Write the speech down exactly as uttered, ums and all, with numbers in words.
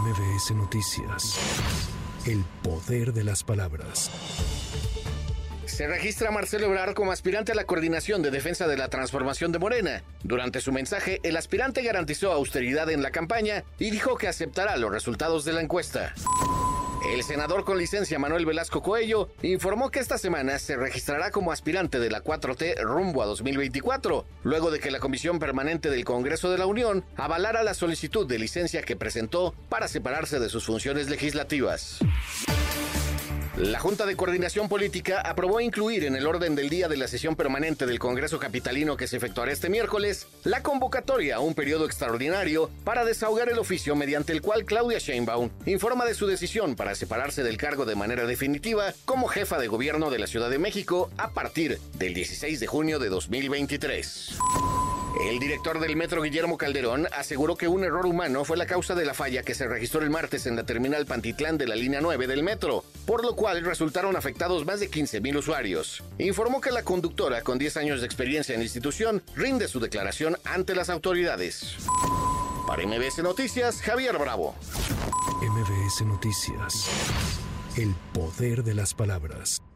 M B S Noticias. El poder de las palabras. Se registra Marcelo Ebrard como aspirante a la coordinación de defensa de la transformación de Morena. Durante su mensaje, el aspirante garantizó austeridad en la campaña y dijo que aceptará los resultados de la encuesta. El senador con licencia Manuel Velasco Coello informó que esta semana se registrará como aspirante de la cuatro T rumbo a dos mil veinticuatro, luego de que la Comisión Permanente del Congreso de la Unión avalara la solicitud de licencia que presentó para separarse de sus funciones legislativas. La Junta de Coordinación Política aprobó incluir en el orden del día de la sesión permanente del Congreso Capitalino que se efectuará este miércoles la convocatoria a un periodo extraordinario para desahogar el oficio mediante el cual Claudia Sheinbaum informa de su decisión para separarse del cargo de manera definitiva como jefa de gobierno de la Ciudad de México a partir del dieciséis de junio de dos mil veintitrés. El director del Metro, Guillermo Calderón, aseguró que un error humano fue la causa de la falla que se registró el martes en la terminal Pantitlán de la línea nueve del metro, por lo cual resultaron afectados más de quince mil usuarios. Informó que la conductora, con diez años de experiencia en la institución, rinde su declaración ante las autoridades. Para M B S Noticias, Javier Bravo. M B S Noticias. El poder de las palabras.